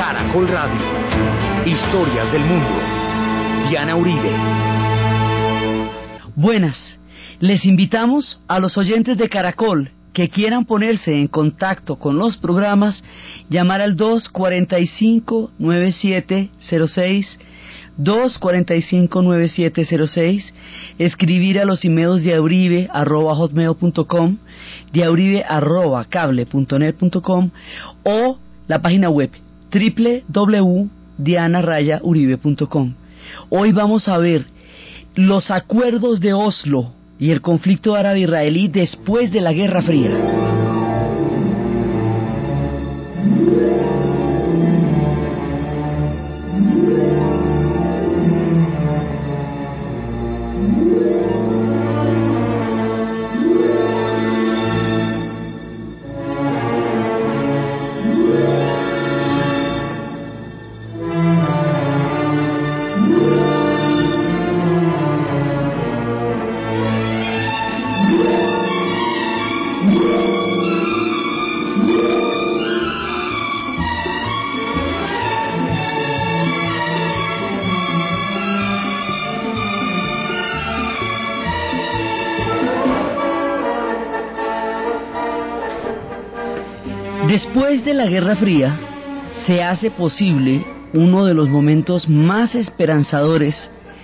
Caracol Radio. Historias del mundo. Diana Uribe. Buenas, les invitamos a los oyentes de Caracol que quieran ponerse en contacto con los programas, llamar al 245-9706, 245-9706, escribir a los emails diauribe@hotmail.com, diauribe@cable.net.com o la página web www.diana-uribe.com. Hoy vamos a ver los acuerdos de Oslo y el conflicto árabe-israelí después de la Guerra Fría. Después de la Guerra Fría, se hace posible uno de los momentos más esperanzadores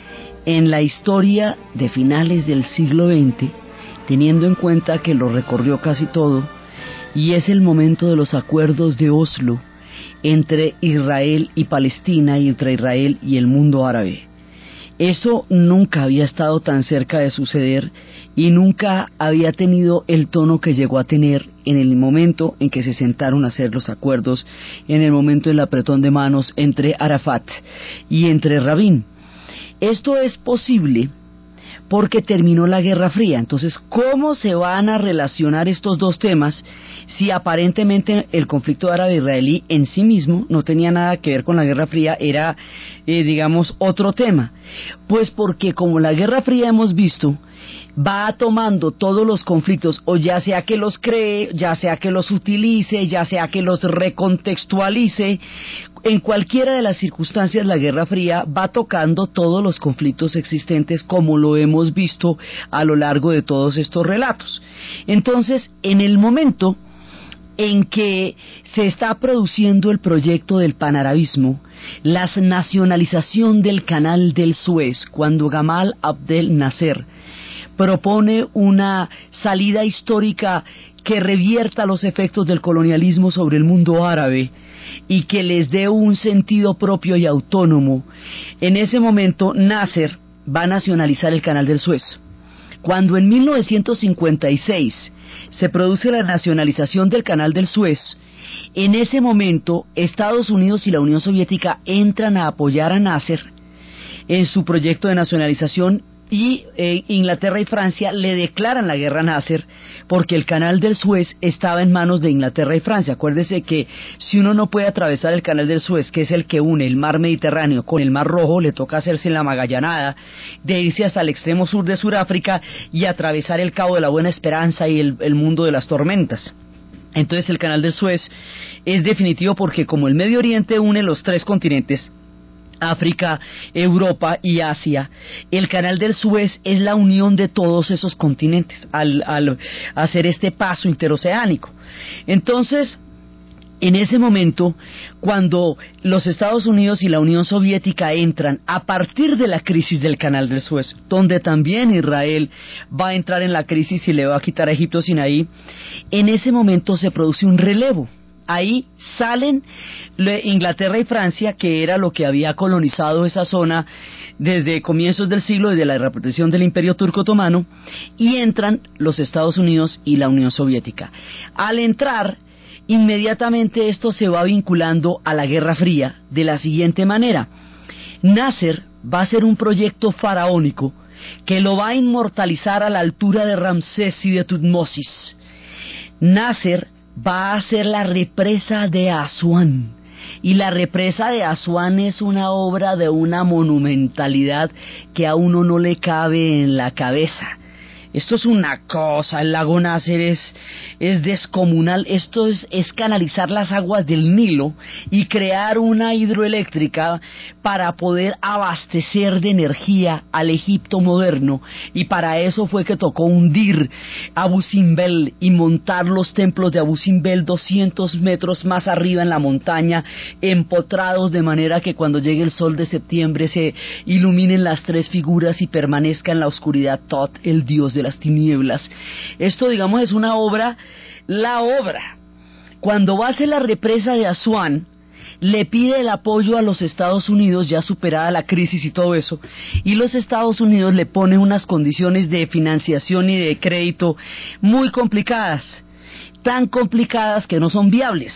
en la historia de finales del siglo XX, teniendo en cuenta que lo recorrió casi todo, y es el momento de los acuerdos de Oslo entre Israel y Palestina y entre Israel y el mundo árabe. Eso nunca había estado tan cerca de suceder y nunca había tenido el tono que llegó a tener en el momento en que se sentaron a hacer los acuerdos, en el momento del apretón de manos entre Arafat y entre Rabin. Esto es posible porque terminó la Guerra Fría. Entonces, ¿cómo se van a relacionar estos dos temas si aparentemente el conflicto árabe-israelí en sí mismo no tenía nada que ver con la Guerra Fría, era, digamos, otro tema? Pues porque como la Guerra Fría hemos visto, va tomando todos los conflictos, o ya sea que los cree, ya sea que los utilice, ya sea que los recontextualice, en cualquiera de las circunstancias la Guerra Fría va tocando todos los conflictos existentes, como lo hemos visto a lo largo de todos estos relatos. Entonces, en el momento en que se está produciendo el proyecto del panarabismo, la nacionalización del canal del Suez, cuando Gamal Abdel Nasser propone una salida histórica que revierta los efectos del colonialismo sobre el mundo árabe y que les dé un sentido propio y autónomo, en ese momento Nasser va a nacionalizar el canal del Suez. Cuando en 1956 se produce la nacionalización del canal del Suez, en ese momento Estados Unidos y la Unión Soviética entran a apoyar a Nasser en su proyecto de nacionalización, y Inglaterra y Francia le declaran la guerra a Nasser porque el canal del Suez estaba en manos de Inglaterra y Francia. Acuérdese que si uno no puede atravesar el canal del Suez, que es el que une el mar Mediterráneo con el mar Rojo, le toca hacerse la magallanada de irse hasta el extremo sur de Sudáfrica y atravesar el Cabo de la Buena Esperanza y el mundo de las tormentas. Entonces el canal del Suez es definitivo porque como el Medio Oriente une los tres continentes, África, Europa y Asia, el canal del Suez es la unión de todos esos continentes al hacer este paso interoceánico. Entonces, en ese momento, cuando los Estados Unidos y la Unión Soviética entran a partir de la crisis del canal del Suez, donde también Israel va a entrar en la crisis y le va a quitar a Egipto Sinaí, en ese momento se produce un relevo. Ahí salen Inglaterra y Francia, que era lo que había colonizado esa zona desde comienzos del siglo, desde la repartición del Imperio Turco Otomano, y entran los Estados Unidos y la Unión Soviética. Al entrar, inmediatamente esto se va vinculando a la Guerra Fría de la siguiente manera. Nasser va a hacer un proyecto faraónico que lo va a inmortalizar a la altura de Ramsés y de Tutmosis. Nasser va a hacer la represa de Asuán, y la represa de Asuán es una obra de una monumentalidad que a uno no le cabe en la cabeza. Esto es una cosa, el lago Nasser es descomunal. Esto es canalizar las aguas del Nilo y crear una hidroeléctrica para poder abastecer de energía al Egipto moderno, y para eso fue que tocó hundir Abu Simbel y montar los templos de Abu Simbel 200 metros más arriba en la montaña, empotrados de manera que cuando llegue el sol de septiembre se iluminen las tres figuras y permanezca en la oscuridad Tot, el dios de las tinieblas. Esto, digamos, es una obra, la obra. Cuando va a hacer la represa de Asuán, le pide el apoyo a los Estados Unidos, ya superada la crisis y todo eso, y los Estados Unidos le ponen unas condiciones de financiación y de crédito muy complicadas, tan complicadas que no son viables.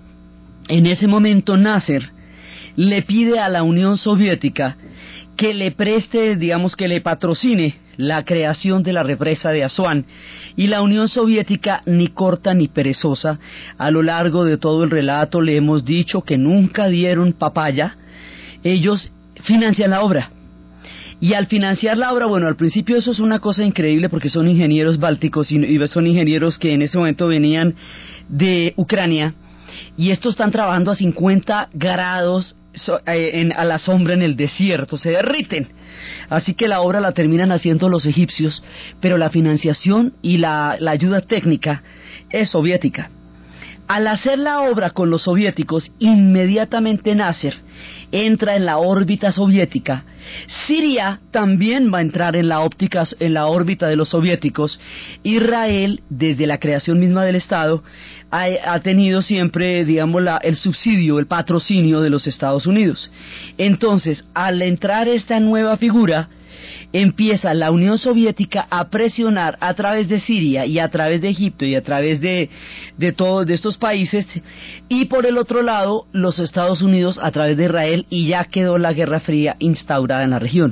En ese momento Nasser le pide a la Unión Soviética que le preste, digamos, que le patrocine la creación de la represa de Asuán, y la Unión Soviética, ni corta ni perezosa, a lo largo de todo el relato le hemos dicho que nunca dieron papaya, ellos financian la obra. Y al financiar la obra, bueno, al principio eso es una cosa increíble porque son ingenieros bálticos y son ingenieros que en ese momento venían de Ucrania, y estos están trabajando a 50 grados a la sombra en el desierto, se derriten. Así que la obra la terminan haciendo los egipcios, pero la financiación y la ayuda técnica es soviética. Al hacer la obra con los soviéticos, inmediatamente Nasser entra en la órbita soviética. Siria también va a entrar en la órbita de los soviéticos. Israel, desde la creación misma del Estado, ha tenido siempre, digamos, el subsidio, el patrocinio de los Estados Unidos. Entonces, al entrar esta nueva figura, empieza la Unión Soviética a presionar a través de Siria y a través de Egipto y a través de todos estos países, y por el otro lado los Estados Unidos a través de Israel, y ya quedó la Guerra Fría instaurada en la región.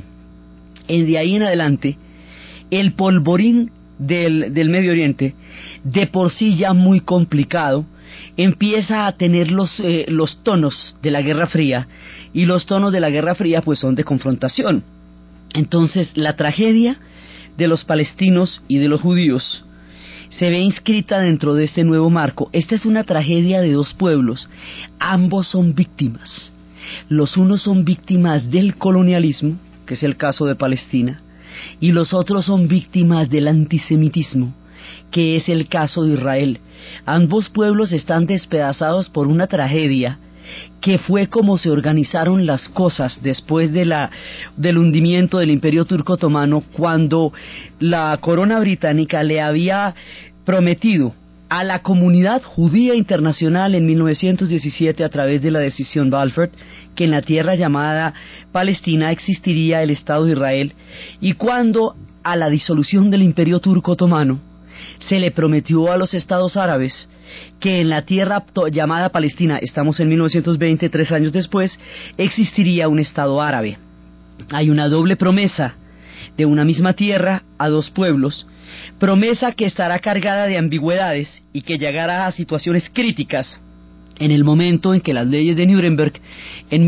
De ahí en adelante el polvorín del Medio Oriente, de por sí ya muy complicado, empieza a tener los tonos de la Guerra Fría, y los tonos de la Guerra Fría pues son de confrontación. Entonces la tragedia de los palestinos y de los judíos se ve inscrita dentro de este nuevo marco. Esta es una tragedia de dos pueblos, ambos son víctimas. Los unos son víctimas del colonialismo, que es el caso de Palestina, y los otros son víctimas del antisemitismo, que es el caso de Israel. Ambos pueblos están despedazados por una tragedia que fue como se organizaron las cosas después del hundimiento del Imperio Turco Otomano, cuando la corona británica le había prometido a la comunidad judía internacional en 1917, a través de la decisión Balfour, que en la tierra llamada Palestina existiría el Estado de Israel, y cuando a la disolución del Imperio Turco Otomano se le prometió a los estados árabes que en la tierra llamada Palestina, estamos en 1920, 3 años después, existiría un Estado árabe. Hay una doble promesa de una misma tierra a dos pueblos, promesa que estará cargada de ambigüedades y que llegará a situaciones críticas en el momento en que las leyes de Nuremberg en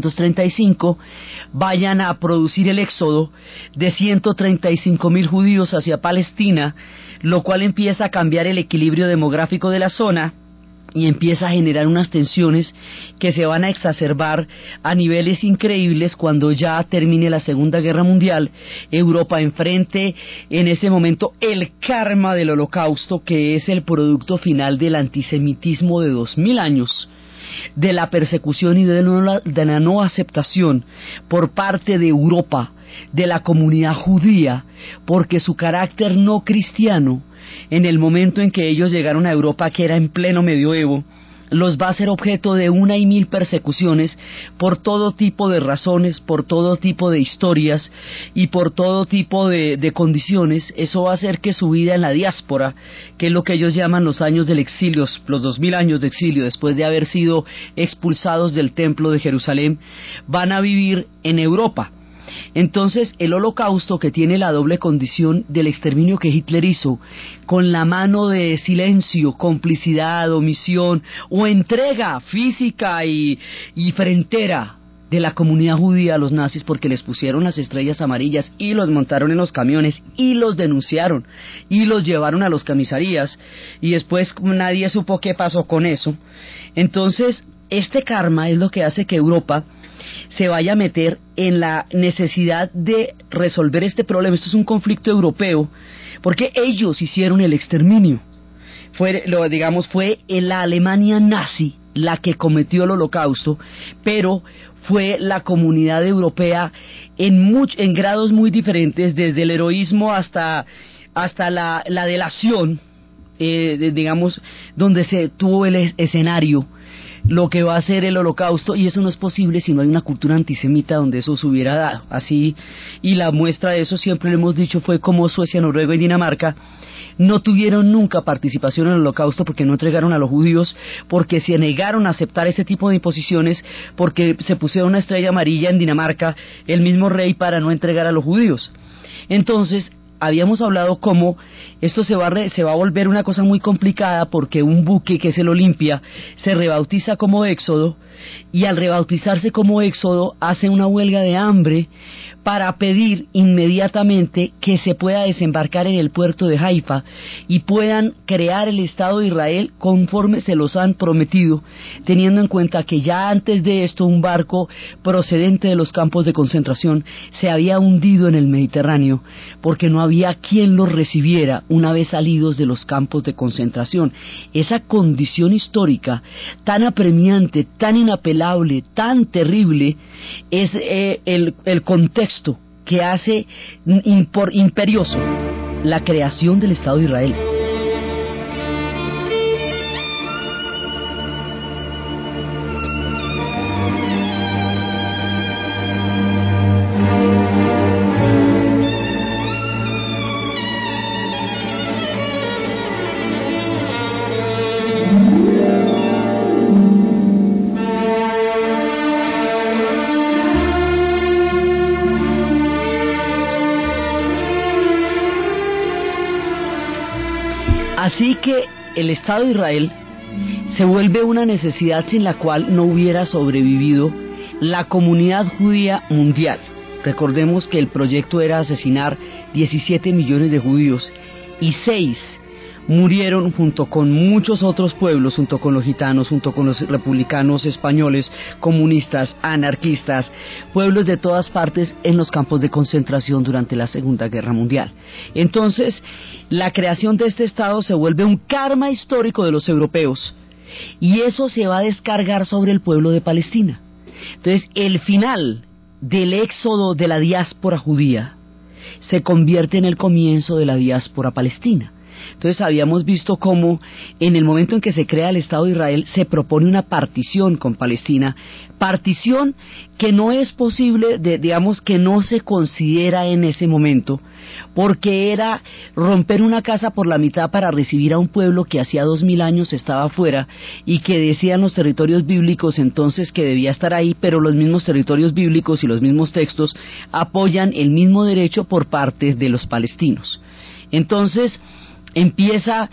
1935 vayan a producir el éxodo de 135.000 judíos hacia Palestina, lo cual empieza a cambiar el equilibrio demográfico de la zona y empieza a generar unas tensiones que se van a exacerbar a niveles increíbles cuando ya termine la Segunda Guerra Mundial. Europa enfrente en ese momento el karma del Holocausto, que es el producto final del antisemitismo de 2000 años, de la persecución y de la no aceptación por parte de Europa de la comunidad judía, porque su carácter no cristiano, en el momento en que ellos llegaron a Europa, que era en pleno medioevo, los va a ser objeto de 1 y 1000 persecuciones por todo tipo de razones, por todo tipo de historias y por todo tipo de condiciones. Eso va a hacer que su vida en la diáspora, que es lo que ellos llaman los años del exilio, los 2000 años de exilio, después de haber sido expulsados del templo de Jerusalén, van a vivir en Europa. Entonces el Holocausto, que tiene la doble condición del exterminio que Hitler hizo, con la mano de silencio, complicidad, omisión o entrega física y frentera de la comunidad judía a los nazis porque les pusieron las estrellas amarillas y los montaron en los camiones y los denunciaron y los llevaron a las comisarías y después nadie supo qué pasó con eso. Entonces, este karma es lo que hace que Europa se vaya a meter en la necesidad de resolver este problema. Esto es un conflicto europeo porque ellos hicieron el exterminio. Fue la Alemania nazi la que cometió el holocausto, pero fue la comunidad europea en grados muy diferentes, desde el heroísmo hasta la delación, donde se tuvo el escenario, lo que va a ser el holocausto, y eso no es posible si no hay una cultura antisemita donde eso se hubiera dado. Así, y la muestra de eso, siempre lo hemos dicho, fue como Suecia, Noruega y Dinamarca no tuvieron nunca participación en el holocausto porque no entregaron a los judíos, porque se negaron a aceptar ese tipo de imposiciones, porque se pusieron una estrella amarilla en Dinamarca, el mismo rey, para no entregar a los judíos. Entonces, habíamos hablado cómo esto se va a volver una cosa muy complicada porque un buque, que es el Olimpia, se rebautiza como Éxodo, y al rebautizarse como Éxodo hace una huelga de hambre para pedir inmediatamente que se pueda desembarcar en el puerto de Haifa y puedan crear el Estado de Israel conforme se los han prometido, teniendo en cuenta que ya antes de esto un barco procedente de los campos de concentración se había hundido en el Mediterráneo porque no había quien los recibiera una vez salidos de los campos de concentración. Esa condición histórica tan apremiante, tan inapelable, tan terrible, es el contexto que hace imperioso la creación del Estado de Israel. Así que el Estado de Israel se vuelve una necesidad sin la cual no hubiera sobrevivido la comunidad judía mundial. Recordemos que el proyecto era asesinar 17 millones de judíos y 6 murieron junto con muchos otros pueblos, junto con los gitanos, junto con los republicanos españoles, comunistas, anarquistas, pueblos de todas partes en los campos de concentración durante la Segunda Guerra Mundial. Entonces, la creación de este Estado se vuelve un karma histórico de los europeos y eso se va a descargar sobre el pueblo de Palestina. Entonces, el final del éxodo de la diáspora judía se convierte en el comienzo de la diáspora palestina. Entonces habíamos visto cómo en el momento en que se crea el Estado de Israel se propone una partición con Palestina, partición que no es posible, que no se considera en ese momento, porque era romper una casa por la mitad para recibir a un pueblo que hacía 2000 años estaba afuera y que decían los territorios bíblicos entonces que debía estar ahí, pero los mismos territorios bíblicos y los mismos textos apoyan el mismo derecho por parte de los palestinos. Entonces empieza,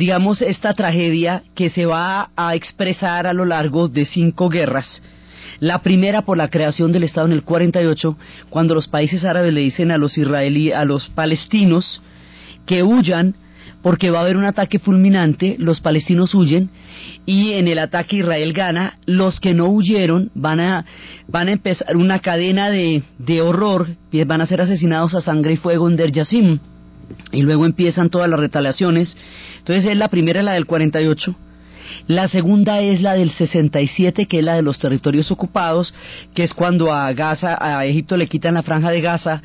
esta tragedia que se va a expresar a lo largo de 5 guerras. La primera por la creación del Estado en el 48, cuando los países árabes le dicen a los palestinos que huyan porque va a haber un ataque fulminante. Los palestinos huyen y en el ataque Israel gana. Los que no huyeron van a empezar una cadena de horror, y van a ser asesinados a sangre y fuego en Der Yassim. Y luego empiezan todas las retaliaciones. Entonces es la primera, la del 48. La segunda es la del 67, que es la de los territorios ocupados, que es cuando a Egipto le quitan la franja de Gaza,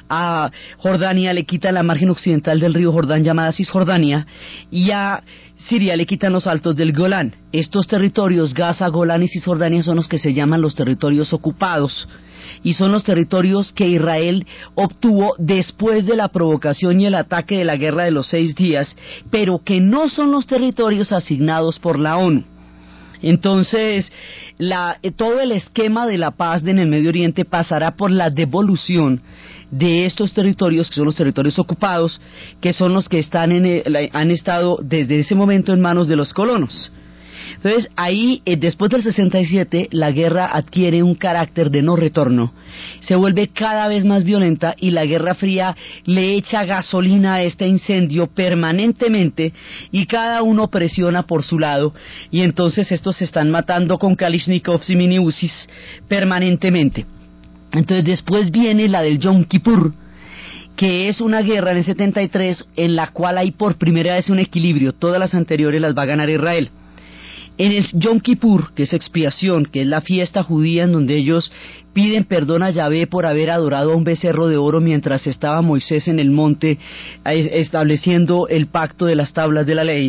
a Jordania le quitan la margen occidental del río Jordán llamada Cisjordania, y a Siria le quitan los altos del Golán. Estos territorios, Gaza, Golán y Cisjordania, son los que se llaman los territorios ocupados, y son los territorios que Israel obtuvo después de la provocación y el ataque de la Guerra de los 6 días, pero que no son los territorios asignados por la ONU. Entonces, todo el esquema de la paz en el Medio Oriente pasará por la devolución de estos territorios, que son los territorios ocupados, que son los que han estado desde ese momento en manos de los colonos. Entonces ahí, después del 67, la guerra adquiere un carácter de no retorno, se vuelve cada vez más violenta y la Guerra Fría le echa gasolina a este incendio permanentemente y cada uno presiona por su lado y entonces estos se están matando con Kalashnikovs y mini Uzis permanentemente. Entonces después viene la del Yom Kippur, que es una guerra en el 73 en la cual hay por primera vez un equilibrio, todas las anteriores las va a ganar Israel. En el Yom Kippur, que es expiación, que es la fiesta judía en donde ellos piden perdón a Yahvé por haber adorado a un becerro de oro mientras estaba Moisés en el monte estableciendo el pacto de las tablas de la ley,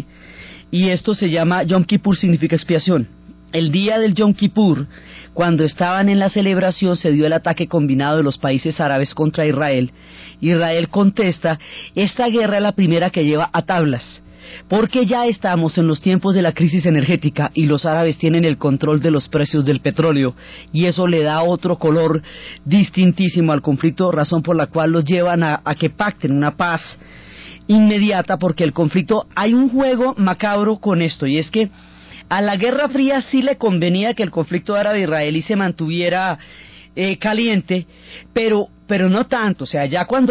y esto se llama Yom Kippur, significa expiación. El día del Yom Kippur, cuando estaban en la celebración, se dio el ataque combinado de los países árabes contra Israel. Israel contesta, esta guerra es la primera que lleva a tablas, porque ya estamos en los tiempos de la crisis energética y los árabes tienen el control de los precios del petróleo y eso le da otro color distintísimo al conflicto, razón por la cual los llevan a que pacten una paz inmediata, porque el conflicto, hay un juego macabro con esto, y es que a la Guerra Fría sí le convenía que el conflicto árabe-israelí se mantuviera caliente, pero no tanto. O sea, ya cuando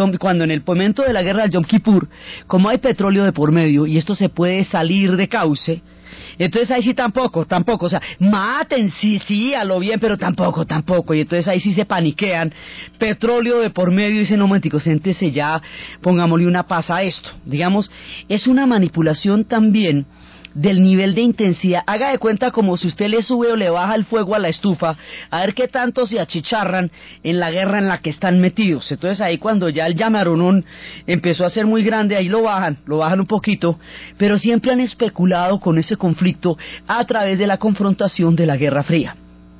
en el momento de la guerra del Yom Kippur, como hay petróleo de por medio y esto se puede salir de cauce, entonces ahí sí tampoco, o sea, maten, sí, a lo bien, pero tampoco, y entonces ahí sí se paniquean, petróleo de por medio, y dicen, no, momentico, siéntese ya, pongámosle una paz a esto. Digamos, es una manipulación también del nivel de intensidad. Haga de cuenta como si usted le sube o le baja el fuego a la estufa, a ver qué tanto se achicharran en la guerra en la que están metidos. Entonces ahí cuando ya el llamaronón empezó a ser muy grande, ahí lo bajan un poquito, pero siempre han especulado con ese conflicto a través de la confrontación de la Guerra Fría.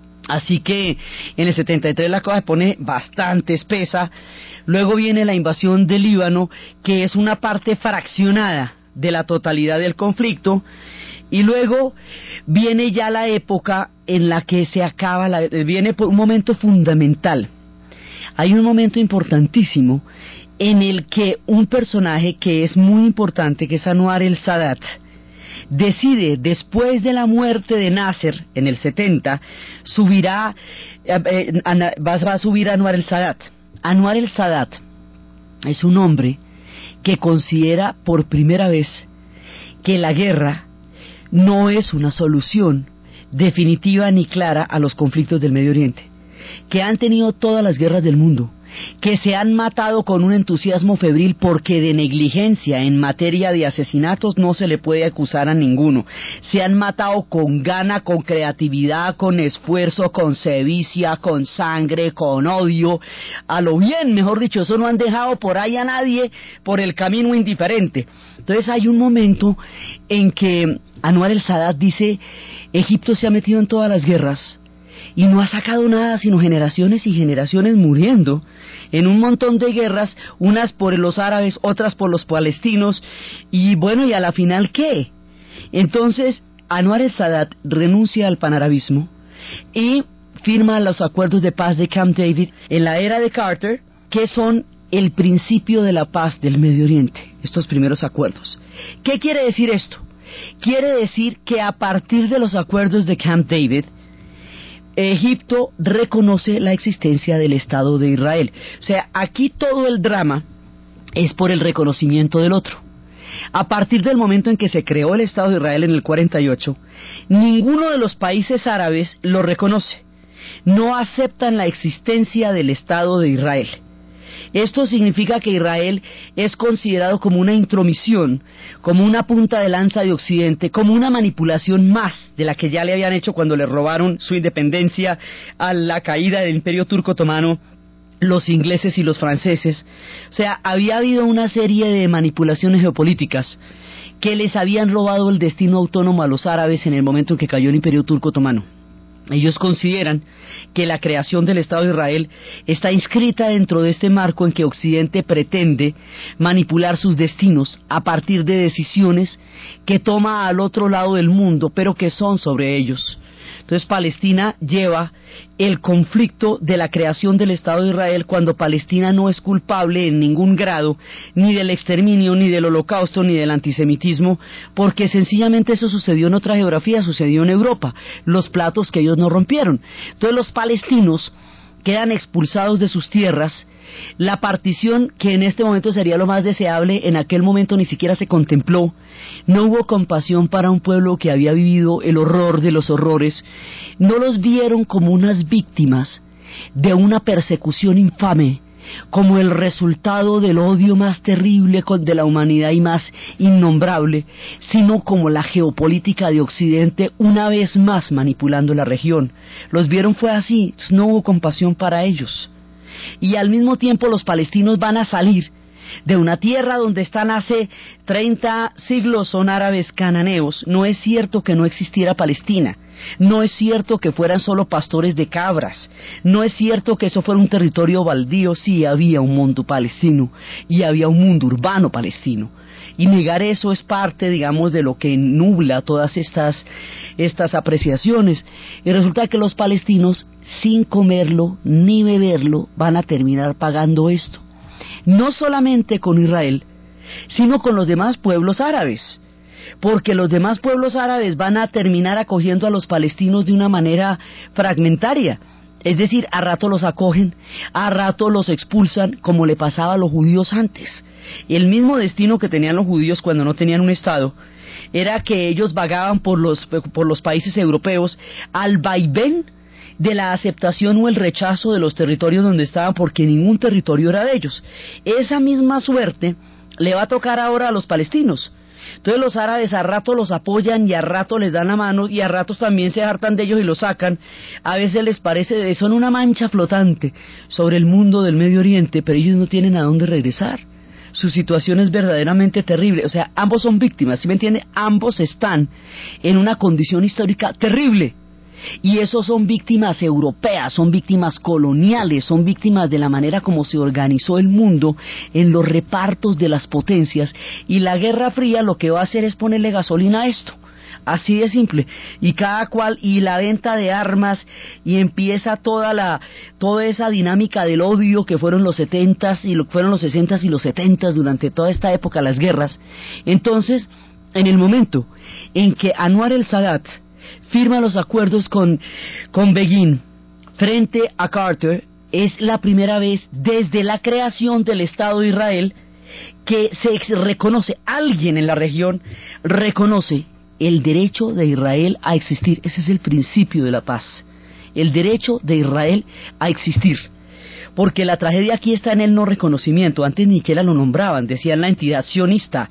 Así que en el 73 la cosa se pone bastante espesa. Luego viene la invasión del Líbano, que es una parte fraccionada de la totalidad del conflicto, y luego viene ya la época en la que se acaba, viene un momento fundamental. Hay un momento importantísimo en el que un personaje que es muy importante, que es Anwar el-Sadat, decide, después de la muerte de Nasser en el 70, va a subir a Anwar el-Sadat. Anwar el-Sadat es un hombre que considera por primera vez que la guerra no es una solución definitiva ni clara a los conflictos del Medio Oriente, que han tenido todas las guerras del mundo, que se han matado con un entusiasmo febril, porque de negligencia en materia de asesinatos no se le puede acusar a ninguno. Se han matado con gana, con creatividad, con esfuerzo, con sevicia, con sangre, con odio, a lo bien, mejor dicho, eso no han dejado por ahí a nadie por el camino indiferente. Entonces hay un momento en que Anwar el-Sadat dice, Egipto se ha metido en todas las guerras y no ha sacado nada sino generaciones y generaciones muriendo en un montón de guerras, unas por los árabes, otras por los palestinos, y bueno, ¿y a la final qué? Entonces Anwar el-Sadat renuncia al panarabismo y firma los acuerdos de paz de Camp David en la era de Carter, que son el principio de la paz del Medio Oriente, estos primeros acuerdos. ¿Qué quiere decir esto? Quiere decir que a partir de los acuerdos de Camp David, Egipto reconoce la existencia del Estado de Israel. O sea, aquí todo el drama es por el reconocimiento del otro. A partir del momento en que se creó el Estado de Israel en el 48, ninguno de los países árabes lo reconoce. No aceptan la existencia del Estado de Israel. Esto significa que Israel es considerado como una intromisión, como una punta de lanza de Occidente, como una manipulación más de la que ya le habían hecho cuando le robaron su independencia a la caída del Imperio Turco Otomano los ingleses y los franceses. O sea, había habido una serie de manipulaciones geopolíticas que les habían robado el destino autónomo a los árabes en el momento en que cayó el Imperio Turco Otomano. Ellos consideran que la creación del Estado de Israel está inscrita dentro de este marco en que Occidente pretende manipular sus destinos a partir de decisiones que toma al otro lado del mundo, pero que son sobre ellos. Entonces Palestina lleva el conflicto de la creación del Estado de Israel cuando Palestina no es culpable en ningún grado, ni del exterminio, ni del holocausto, ni del antisemitismo, porque sencillamente eso sucedió en otra geografía, sucedió en Europa, los platos que ellos no rompieron. Entonces los palestinos quedan expulsados de sus tierras. La partición, que en este momento sería lo más deseable, en aquel momento ni siquiera se contempló. No hubo compasión para un pueblo que había vivido el horror de los horrores. No los vieron como unas víctimas de una persecución infame, como el resultado del odio más terrible de la humanidad y más innombrable, sino como la geopolítica de Occidente una vez más manipulando la región. Los vieron fue así, no hubo compasión para ellos. Y al mismo tiempo los palestinos van a salir de una tierra donde están hace 30 siglos, son árabes cananeos. No es cierto que no existiera Palestina, no es cierto que fueran solo pastores de cabras, no es cierto que eso fuera un territorio baldío. Sí, había un mundo palestino y había un mundo urbano palestino. Y negar eso es parte, digamos, de lo que nubla todas estas apreciaciones. Y resulta que los palestinos, sin comerlo ni beberlo, van a terminar pagando esto. No solamente con Israel, sino con los demás pueblos árabes. Porque los demás pueblos árabes van a terminar acogiendo a los palestinos de una manera fragmentaria. Es decir, a rato los acogen, a rato los expulsan, como le pasaba a los judíos antes. El mismo destino que tenían los judíos cuando no tenían un Estado era que ellos vagaban por los países europeos al vaivén de la aceptación o el rechazo de los territorios donde estaban, porque ningún territorio era de ellos. Esa misma suerte le va a tocar ahora a los palestinos. Entonces los árabes a rato los apoyan y a rato les dan la mano y a ratos también se hartan de ellos y los sacan. A veces les parece, son una mancha flotante sobre el mundo del Medio Oriente, pero ellos no tienen a dónde regresar. Su situación es verdaderamente terrible. O sea, ambos son víctimas, ¿sí me entiende? Ambos están en una condición histórica terrible. Y esos son víctimas europeas, son víctimas coloniales, son víctimas de la manera como se organizó el mundo en los repartos de las potencias. Y la Guerra Fría lo que va a hacer es ponerle gasolina a esto. Así de simple. Y cada cual, y la venta de armas, y empieza toda esa dinámica del odio que fueron los 70s y lo que fueron los 60s y los 70s durante toda esta época, las guerras. Entonces, en el momento en que Anwar el-Sadat firma los acuerdos con Begin frente a Carter, es la primera vez desde la creación del Estado de Israel que se reconoce, alguien en la región reconoce el derecho de Israel a existir. Ese es el principio de la paz, el derecho de Israel a existir. Porque la tragedia aquí está en el no reconocimiento. Antes ni siquiera lo nombraban, decían la entidad sionista,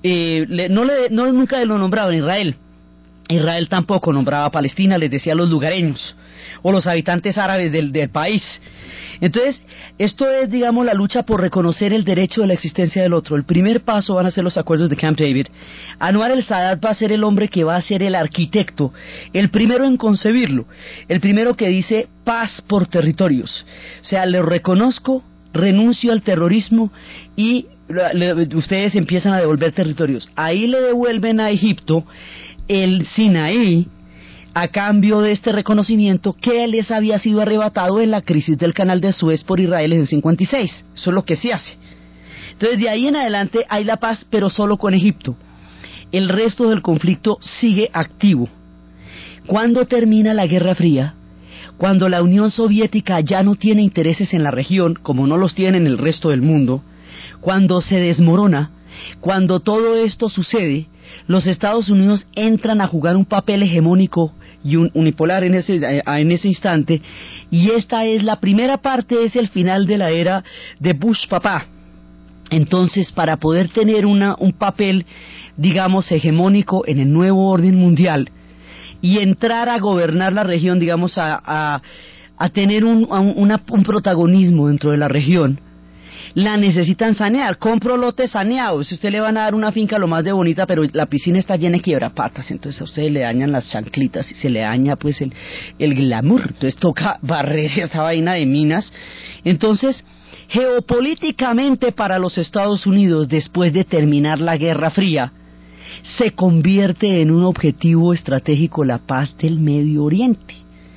nunca lo nombraban Israel. Israel tampoco nombraba a Palestina, les decía a los lugareños o los habitantes árabes del país. Entonces, esto es, digamos, la lucha por reconocer el derecho de la existencia del otro. El primer paso van a ser los acuerdos de Camp David. Anwar el-Sadat va a ser el hombre que va a ser el arquitecto, el primero en concebirlo, el primero que dice paz por territorios. O sea, le reconozco, renuncio al terrorismo y ustedes empiezan a devolver territorios. Ahí le devuelven a Egipto el Sinaí a cambio de este reconocimiento que les había sido arrebatado en la crisis del canal de Suez por Israel en el 56. Eso es lo que se hace. Entonces de ahí en adelante hay la paz, pero solo con Egipto. El resto del conflicto sigue activo. Cuando termina la Guerra Fría, cuando la Unión Soviética ya no tiene intereses en la región, como no los tiene en el resto del mundo, cuando se desmorona, cuando todo esto sucede, los Estados Unidos entran a jugar un papel hegemónico y unipolar en ese instante, y esta es la primera parte, es el final de la era de Bush papá. Entonces, para poder tener un papel, digamos, hegemónico en el nuevo orden mundial y entrar a gobernar la región, digamos, a tener un protagonismo dentro de la región, la necesitan sanear. Compro lotes saneados. Usted le van a dar una finca lo más de bonita, pero la piscina está llena de quiebrapatas, entonces a usted le dañan las chanclitas y se le daña pues el glamour. Entonces toca barrer esa vaina de minas. Entonces, geopolíticamente para los Estados Unidos, después de terminar la Guerra Fría, se convierte en un objetivo estratégico la paz del Medio Oriente.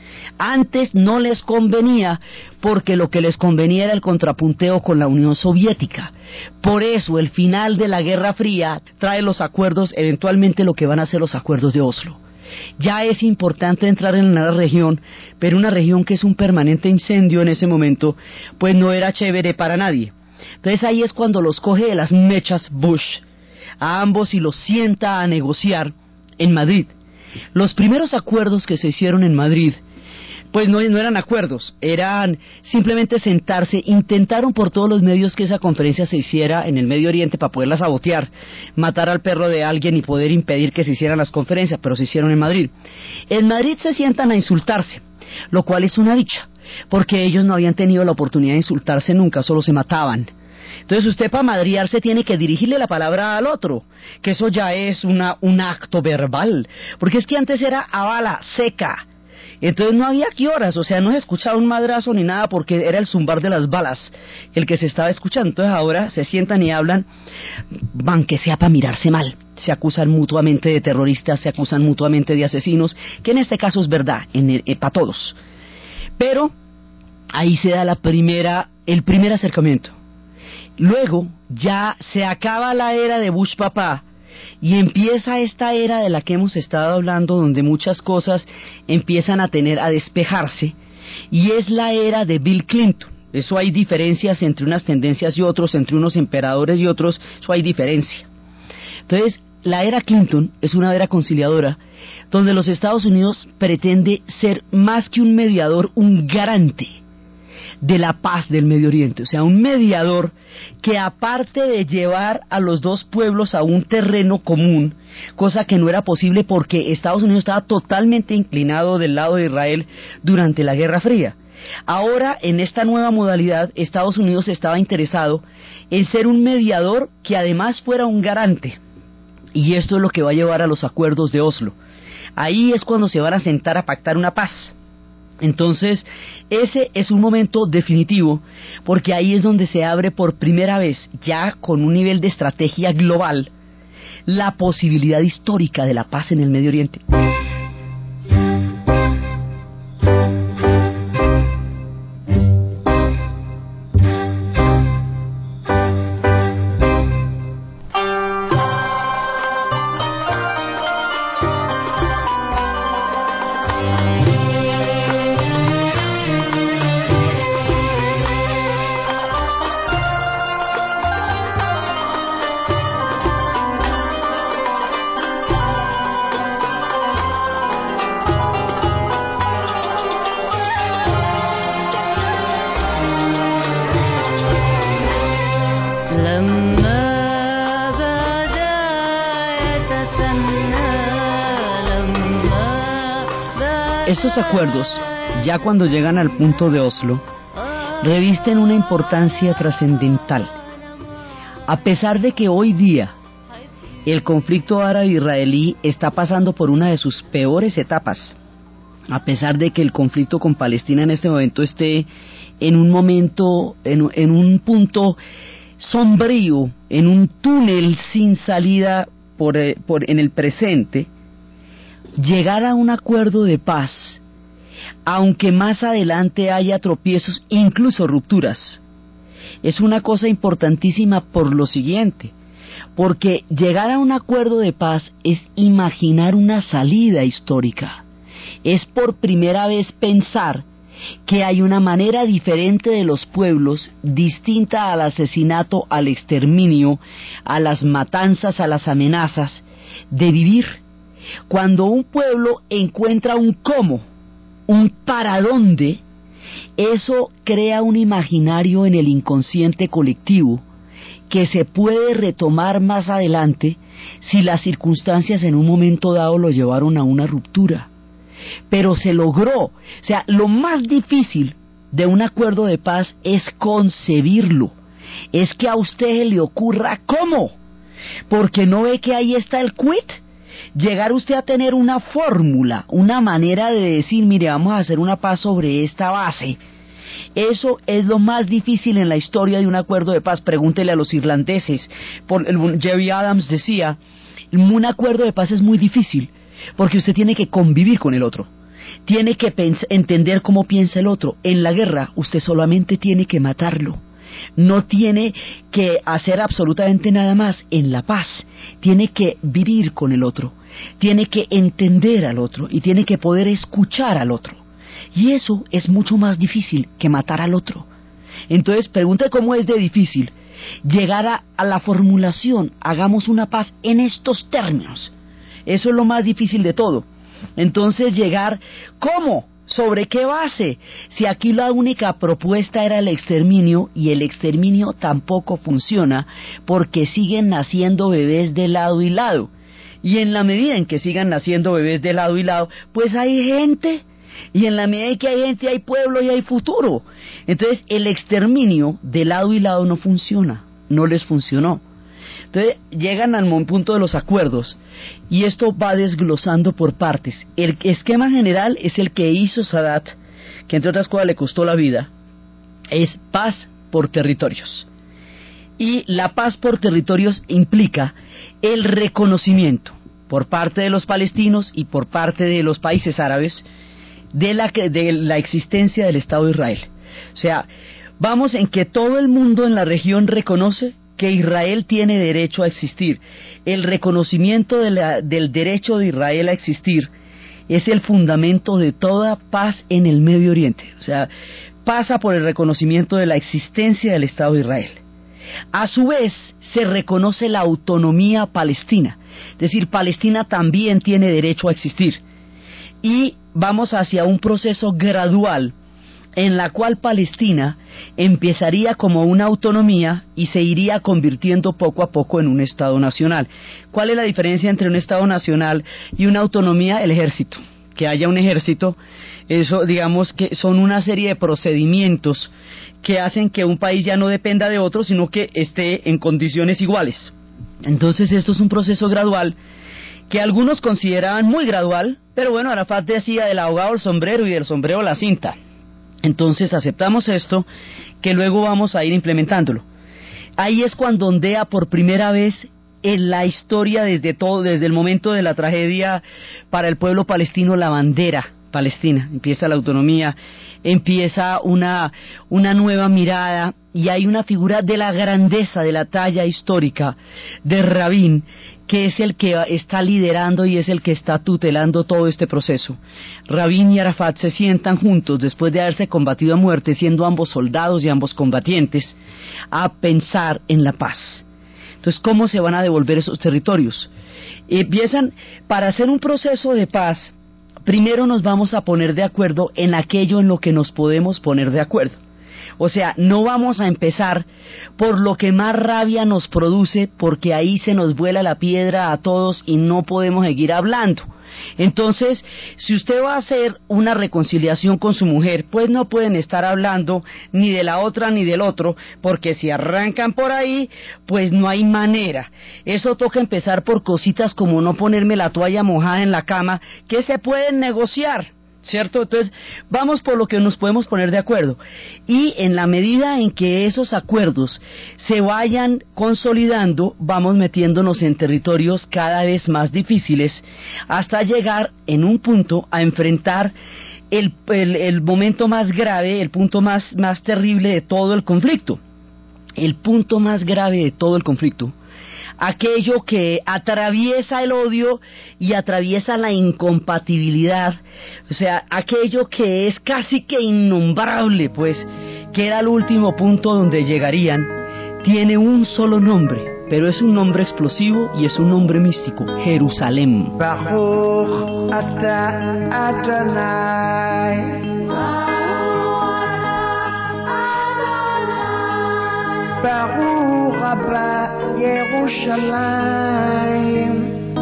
Antes no les convenía porque lo que les convenía era el contrapunteo con la Unión Soviética. Por eso el final de la Guerra Fría trae los acuerdos, eventualmente lo que van a ser los acuerdos de Oslo. Ya es importante entrar en una región, pero una región que es un permanente incendio en ese momento, pues no era chévere para nadie. Entonces ahí es cuando los coge de las mechas Bush, a ambos, y los sienta a negociar en Madrid. Los primeros acuerdos que se hicieron en Madrid, pues no eran acuerdos, eran simplemente sentarse. Intentaron por todos los medios que esa conferencia se hiciera en el Medio Oriente para poderla sabotear, matar al perro de alguien y poder impedir que se hicieran las conferencias, pero se hicieron en Madrid. En Madrid se sientan a insultarse, lo cual es una dicha, porque ellos no habían tenido la oportunidad de insultarse nunca, solo se mataban. Entonces usted para madriarse tiene que dirigirle la palabra al otro, que eso ya es un acto verbal, porque es que antes era a bala seca. Entonces no había qué horas, o sea, no se escuchaba un madrazo ni nada porque era el zumbar de las balas el que se estaba escuchando. Entonces ahora se sientan y hablan, van que sea para mirarse mal. Se acusan mutuamente de terroristas, se acusan mutuamente de asesinos, que en este caso es verdad, para todos. Pero ahí se da el primer acercamiento. Luego ya se acaba la era de Bush papá, y empieza esta era de la que hemos estado hablando, donde muchas cosas empiezan a despejarse, y es la era de Bill Clinton. Eso hay diferencias entre unas tendencias y otros, entre unos emperadores y otros, eso hay diferencia. Entonces, la era Clinton es una era conciliadora, donde los Estados Unidos pretende ser más que un mediador, un garante de la paz del Medio Oriente, o sea, un mediador que, aparte de llevar a los dos pueblos a un terreno común, cosa que no era posible porque Estados Unidos estaba totalmente inclinado del lado de Israel durante la Guerra Fría. Ahora, en esta nueva modalidad, Estados Unidos estaba interesado en ser un mediador que además fuera un garante, y esto es lo que va a llevar a los acuerdos de Oslo. Ahí es cuando se van a sentar a pactar una paz. Entonces, ese es un momento definitivo, porque ahí es donde se abre por primera vez, ya con un nivel de estrategia global, la posibilidad histórica de la paz en el Medio Oriente. Estos acuerdos, ya cuando llegan al punto de Oslo, revisten una importancia trascendental. A pesar de que hoy día el conflicto árabe-israelí está pasando por una de sus peores etapas, a pesar de que el conflicto con Palestina en este momento esté en un momento, en un punto sombrío, en un túnel sin salida en el presente, llegar a un acuerdo de paz, aunque más adelante haya tropiezos, incluso rupturas, es una cosa importantísima por lo siguiente, porque llegar a un acuerdo de paz es imaginar una salida histórica, es por primera vez pensar que hay una manera diferente de los pueblos, distinta al asesinato, al exterminio, a las matanzas, a las amenazas, de vivir. Cuando un pueblo encuentra un cómo, un para dónde, eso crea un imaginario en el inconsciente colectivo que se puede retomar más adelante si las circunstancias en un momento dado lo llevaron a una ruptura. Pero se logró. O sea, lo más difícil de un acuerdo de paz es concebirlo, es que a usted le ocurra cómo, porque no ve que ahí está el quit. Llegar usted a tener una fórmula, una manera de decir, mire, vamos a hacer una paz sobre esta base. Eso es lo más difícil en la historia de un acuerdo de paz. Pregúntele a los irlandeses. Jerry Adams decía, Un acuerdo de paz es muy difícil, porque usted tiene que convivir con el otro, tiene que entender cómo piensa el otro. En la guerra usted solamente tiene que matarlo, no tiene que hacer absolutamente nada más. En la paz tiene que vivir con el otro, tiene que entender al otro y tiene que poder escuchar al otro, y eso es mucho más difícil que matar al otro. Entonces pregunte cómo es de difícil llegar a la formulación, hagamos una paz en estos términos. Eso es lo más difícil de todo. Entonces llegar, ¿cómo? ¿Sobre qué base? Si aquí la única propuesta era el exterminio, y el exterminio tampoco funciona porque siguen naciendo bebés de lado y lado. Y en la medida en que sigan naciendo bebés de lado y lado, pues hay gente, y en la medida en que hay gente hay pueblo y hay futuro. Entonces el exterminio de lado y lado no funciona, no les funcionó. Entonces llegan al punto de los acuerdos, y esto va desglosando por partes. El esquema general es el que hizo Sadat, que entre otras cosas le costó la vida, es paz por territorios. Y la paz por territorios implica el reconocimiento por parte de los palestinos y por parte de los países árabes de la existencia del Estado de Israel. O sea, vamos en que todo el mundo en la región reconoce que Israel tiene derecho a existir. El reconocimiento del derecho de Israel a existir es el fundamento de toda paz en el Medio Oriente. O sea, pasa por el reconocimiento de la existencia del Estado de Israel. A su vez, se reconoce la autonomía palestina, es decir, Palestina también tiene derecho a existir. Y vamos hacia un proceso gradual en la cual Palestina empezaría como una autonomía y se iría convirtiendo poco a poco en un Estado nacional. ¿Cuál es la diferencia entre un Estado nacional y una autonomía? El ejército. Que haya un ejército, eso digamos que son una serie de procedimientos que hacen que un país ya no dependa de otro, sino que esté en condiciones iguales. Entonces esto es un proceso gradual que algunos consideraban muy gradual, pero bueno, Arafat decía del ahogado el sombrero y del sombrero la cinta. Entonces aceptamos esto, que luego vamos a ir implementándolo. Ahí es cuando ondea por primera vez en la historia, desde el momento de la tragedia para el pueblo palestino, la bandera palestina. Empieza la autonomía, empieza una nueva mirada, y hay una figura de la grandeza, de la talla histórica de Rabin, que es el que está liderando y es el que está tutelando todo este proceso. Rabin y Arafat se sientan juntos después de haberse combatido a muerte, siendo ambos soldados y ambos combatientes, a pensar en la paz. Entonces, ¿cómo se van a devolver esos territorios? Empiezan, para hacer un proceso de paz, primero nos vamos a poner de acuerdo en aquello en lo que nos podemos poner de acuerdo. O sea, no vamos a empezar por lo que más rabia nos produce, porque ahí se nos vuela la piedra a todos y no podemos seguir hablando. Entonces, si usted va a hacer una reconciliación con su mujer, pues no pueden estar hablando ni de la otra ni del otro, porque si arrancan por ahí, pues no hay manera. Eso toca empezar por cositas como no ponerme la toalla mojada en la cama, que se pueden negociar, ¿cierto? Entonces, vamos por lo que nos podemos poner de acuerdo, y en la medida en que esos acuerdos se vayan consolidando, vamos metiéndonos en territorios cada vez más difíciles, hasta llegar en un punto a enfrentar el momento más grave, el punto más terrible de todo el conflicto. El punto más grave de todo el conflicto, aquello que atraviesa el odio y atraviesa la incompatibilidad, o sea, aquello que es casi que innombrable, pues, que era el último punto donde llegarían, tiene un solo nombre, pero es un nombre explosivo y es un nombre místico: Jerusalén. Baruch ata Adonai, Baruch Abba Yerushalayim,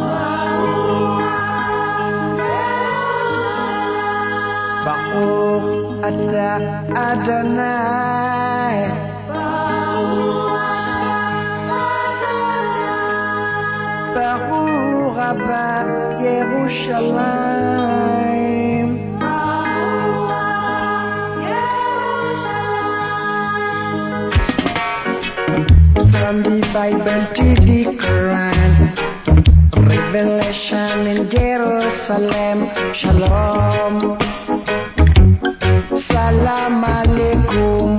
Baruch ata Adonai, Baruch Abba Yerushalayim. From the Bible to the Quran, revelation in Jerusalem. Shalom. Salam alaikum.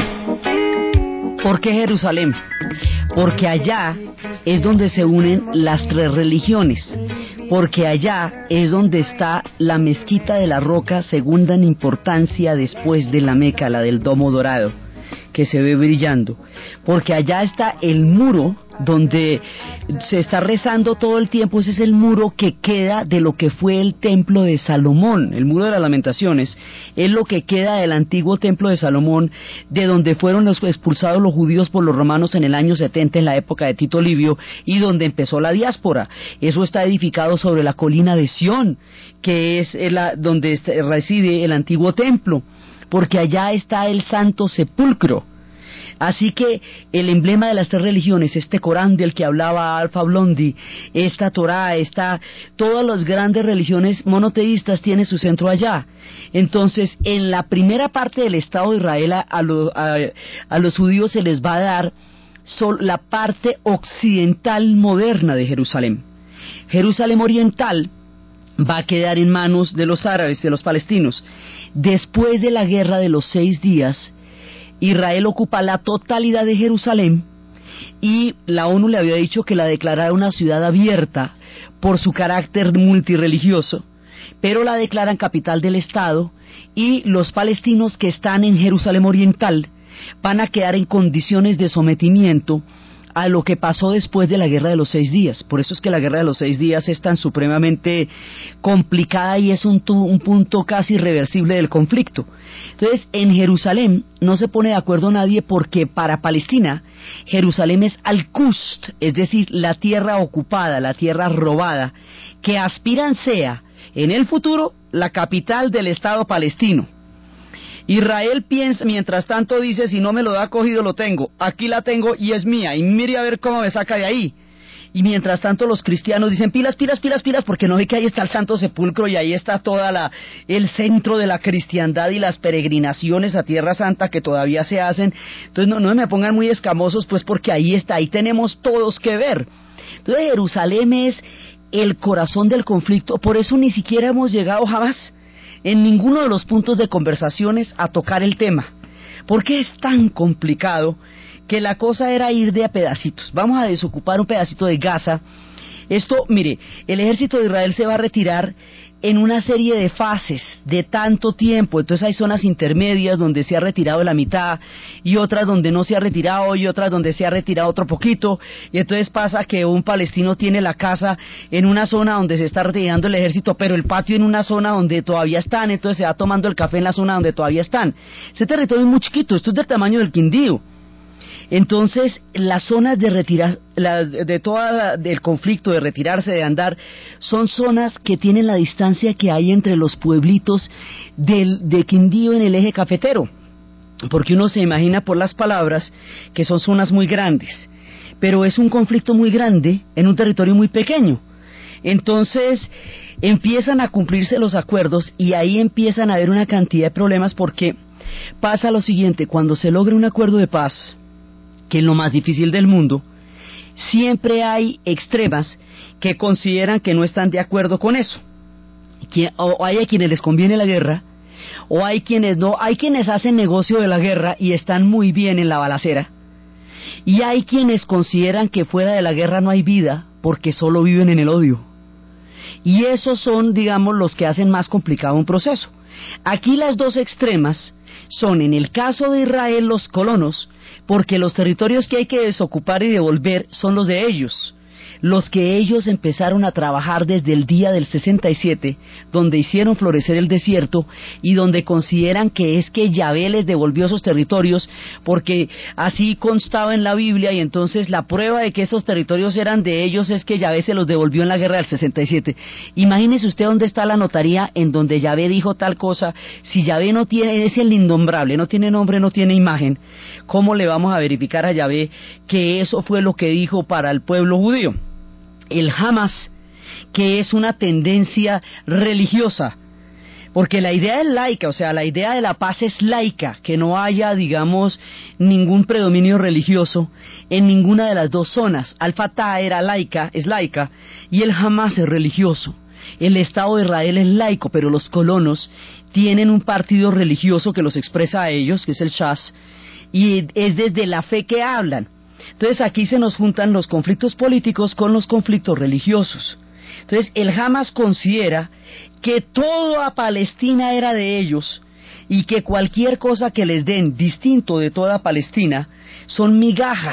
¿Por qué Jerusalén? Porque allá es donde se unen las tres religiones, porque allá es donde está la mezquita de la Roca, segunda en importancia después de la Meca, la del Domo Dorado, que se ve brillando, porque allá está el muro donde se está rezando todo el tiempo. Ese es el muro que queda de lo que fue el templo de Salomón. El muro de las lamentaciones es lo que queda del antiguo templo de Salomón, de donde fueron expulsados los judíos por los romanos en el año 70, en la época de Tito Livio, y donde empezó la diáspora. Eso está edificado sobre la colina de Sión, que es donde reside el antiguo templo, porque allá está el Santo Sepulcro. Así que el emblema de las tres religiones, este Corán del que hablaba Alfa Blondi, esta Torá, todas las grandes religiones monoteístas tienen su centro allá. Entonces, en la primera parte del Estado de Israel a los judíos se les va a dar la parte occidental moderna de Jerusalén. Jerusalén oriental va a quedar en manos de los árabes, de los palestinos. Después de la guerra de los 6 días, Israel ocupa la totalidad de Jerusalén y la ONU le había dicho que la declarara una ciudad abierta por su carácter multirreligioso, pero la declaran capital del Estado, y los palestinos que están en Jerusalén oriental van a quedar en condiciones de sometimiento a lo que pasó después de la guerra de los 6 días. Por eso es que la guerra de los 6 días es tan supremamente complicada y es un punto casi irreversible del conflicto. Entonces, en Jerusalén no se pone de acuerdo nadie, porque para Palestina Jerusalén es Al-Qust, es decir, la tierra ocupada, la tierra robada, que aspiran sea en el futuro la capital del Estado palestino. Israel piensa, mientras tanto dice, si no me lo da cogido lo tengo, aquí la tengo y es mía, y mire a ver cómo me saca de ahí. Y mientras tanto los cristianos dicen, pilas, pilas, pilas, pilas, porque no ve que ahí está el Santo Sepulcro y ahí está el centro de la cristiandad y las peregrinaciones a Tierra Santa que todavía se hacen. Entonces no me pongan muy escamosos, pues, porque ahí está, ahí tenemos todos que ver. Entonces Jerusalén es el corazón del conflicto. Por eso ni siquiera hemos llegado jamás en ninguno de los puntos de conversaciones a tocar el tema, porque es tan complicado que la cosa era ir de a pedacitos. Vamos a desocupar un pedacito de Gaza. Esto, mire, el ejército de Israel se va a retirar en una serie de fases de tanto tiempo. Entonces hay zonas intermedias donde se ha retirado la mitad, y otras donde no se ha retirado, y otras donde se ha retirado otro poquito, y entonces pasa que un palestino tiene la casa en una zona donde se está retirando el ejército, pero el patio en una zona donde todavía están, entonces se va tomando el café en la zona donde todavía están. Ese territorio es muy chiquito, esto es del tamaño del Quindío. Entonces, las zonas de del conflicto, de retirarse, de andar, son zonas que tienen la distancia que hay entre los pueblitos de Quindío en el eje cafetero, porque uno se imagina por las palabras que son zonas muy grandes, pero es un conflicto muy grande en un territorio muy pequeño. Entonces, empiezan a cumplirse los acuerdos y ahí empiezan a haber una cantidad de problemas, porque pasa lo siguiente: cuando se logra un acuerdo de paz, que es lo más difícil del mundo, siempre hay extremas que consideran que no están de acuerdo con eso. O hay a quienes les conviene la guerra, o hay quienes no. Hay quienes hacen negocio de la guerra y están muy bien en la balacera, y hay quienes consideran que fuera de la guerra no hay vida, porque solo viven en el odio. Y esos son, digamos, los que hacen más complicado un proceso. Aquí las dos extremas son, en el caso de Israel, los colonos, porque los territorios que hay que desocupar y devolver son los de ellos, los que ellos empezaron a trabajar desde el día del 67, donde hicieron florecer el desierto, y donde consideran que es que Yahvé les devolvió esos territorios, porque así constaba en la Biblia, y entonces la prueba de que esos territorios eran de ellos es que Yahvé se los devolvió en la guerra del 67. Imagínese usted dónde está la notaría en donde Yahvé dijo tal cosa. Si Yahvé no tiene, es el innombrable, no tiene nombre, no tiene imagen, ¿cómo le vamos a verificar a Yahvé que eso fue lo que dijo para el pueblo judío? El Hamas, que es una tendencia religiosa, Porque la idea es laica, o sea, la idea de la paz es laica, que no haya, digamos, ningún predominio religioso en ninguna de las dos zonas. Al-Fatah era laica, es laica, y el Hamas es religioso. El Estado de Israel es laico, pero los colonos tienen un partido religioso que los expresa a ellos, que es el Shas, y es desde la fe que hablan. Entonces aquí se nos juntan los conflictos políticos con los conflictos religiosos. Entonces el Hamas considera que toda Palestina era de ellos y que cualquier cosa que les den distinto de toda Palestina son migajas,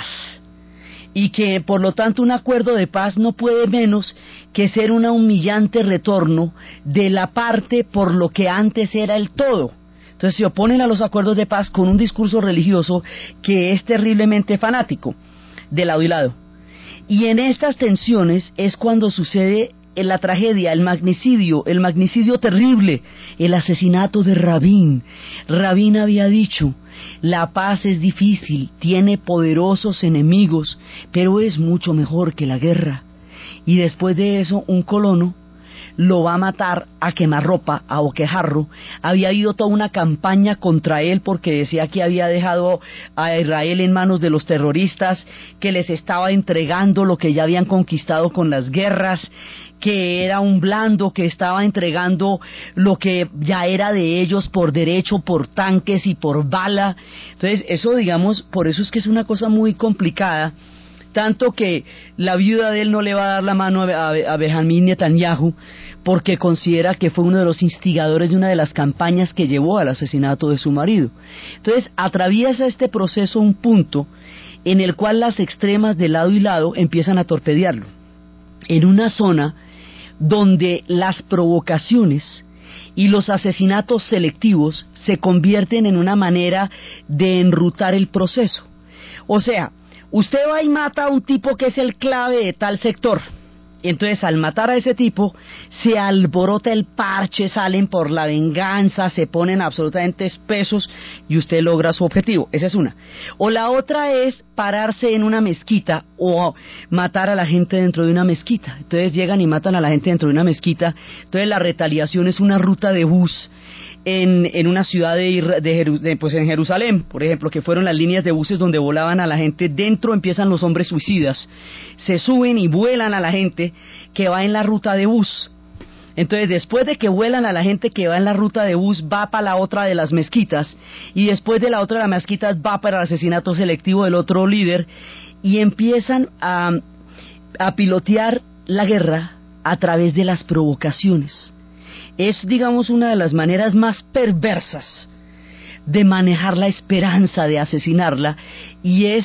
y que por lo tanto un acuerdo de paz no puede menos que ser un humillante retorno de la parte por lo que antes era el todo. Entonces se oponen a los acuerdos de paz con un discurso religioso que es terriblemente fanático, de lado y lado. Y en estas tensiones es cuando sucede la tragedia, el magnicidio terrible, el asesinato de Rabin. Rabin había dicho: la paz es difícil, tiene poderosos enemigos, pero es mucho mejor que la guerra. Y después de eso, un colono lo va a matar a quemarropa, a boquejarro. Había habido toda una campaña contra él porque decía que había dejado a Israel en manos de los terroristas, que les estaba entregando lo que ya habían conquistado con las guerras, que era un blando, que estaba entregando lo que ya era de ellos por derecho, por tanques y por bala. Entonces eso, digamos, por eso es que es una cosa muy complicada, tanto que la viuda de él no le va a dar la mano a Benjamín Netanyahu, porque considera que fue uno de los instigadores de una de las campañas que llevó al asesinato de su marido. Entonces atraviesa este proceso un punto en el cual las extremas de lado y lado empiezan a torpedearlo, en una zona donde las provocaciones y los asesinatos selectivos se convierten en una manera de enrutar el proceso. O sea, usted va y mata a un tipo que es el clave de tal sector. Entonces, al matar a ese tipo, se alborota el parche, salen por la venganza, se ponen absolutamente espesos y usted logra su objetivo. Esa es una. O la otra es pararse en una mezquita o matar a la gente dentro de una mezquita. Entonces llegan y matan a la gente dentro de una mezquita. Entonces la retaliación es una ruta de bus en una ciudad pues en Jerusalén, por ejemplo, que fueron las líneas de buses donde volaban a la gente. Dentro empiezan los hombres suicidas, se suben y vuelan a la gente que va en la ruta de bus. Entonces, después de que vuelan a la gente que va en la ruta de bus, va para la otra de las mezquitas, y después de la otra de las mezquitas va para el asesinato selectivo del otro líder, y empiezan a pilotear la guerra a través de las provocaciones. Es, digamos, una de las maneras más perversas de manejar la esperanza de asesinarla, y es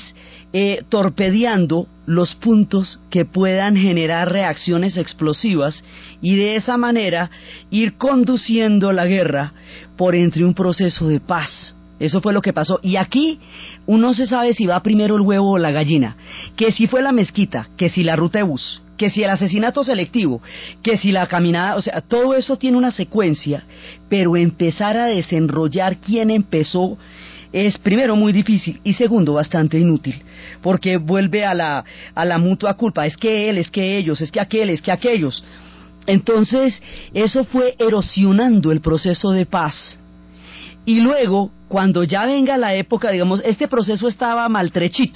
torpedeando los puntos que puedan generar reacciones explosivas, y de esa manera ir conduciendo la guerra por entre un proceso de paz. Eso fue lo que pasó. Y aquí uno se sabe si va primero el huevo o la gallina, que si fue la mezquita, que si la ruta de bus, que si el asesinato selectivo, que si la caminada. O sea, todo eso tiene una secuencia, pero empezar a desenrollar quién empezó es, primero, muy difícil, y segundo, bastante inútil, porque vuelve a la mutua culpa. Es que él, es que ellos, es que aquel, es que aquellos. Entonces eso fue erosionando el proceso de paz. Y luego, cuando ya venga la época, digamos, este proceso estaba maltrechito,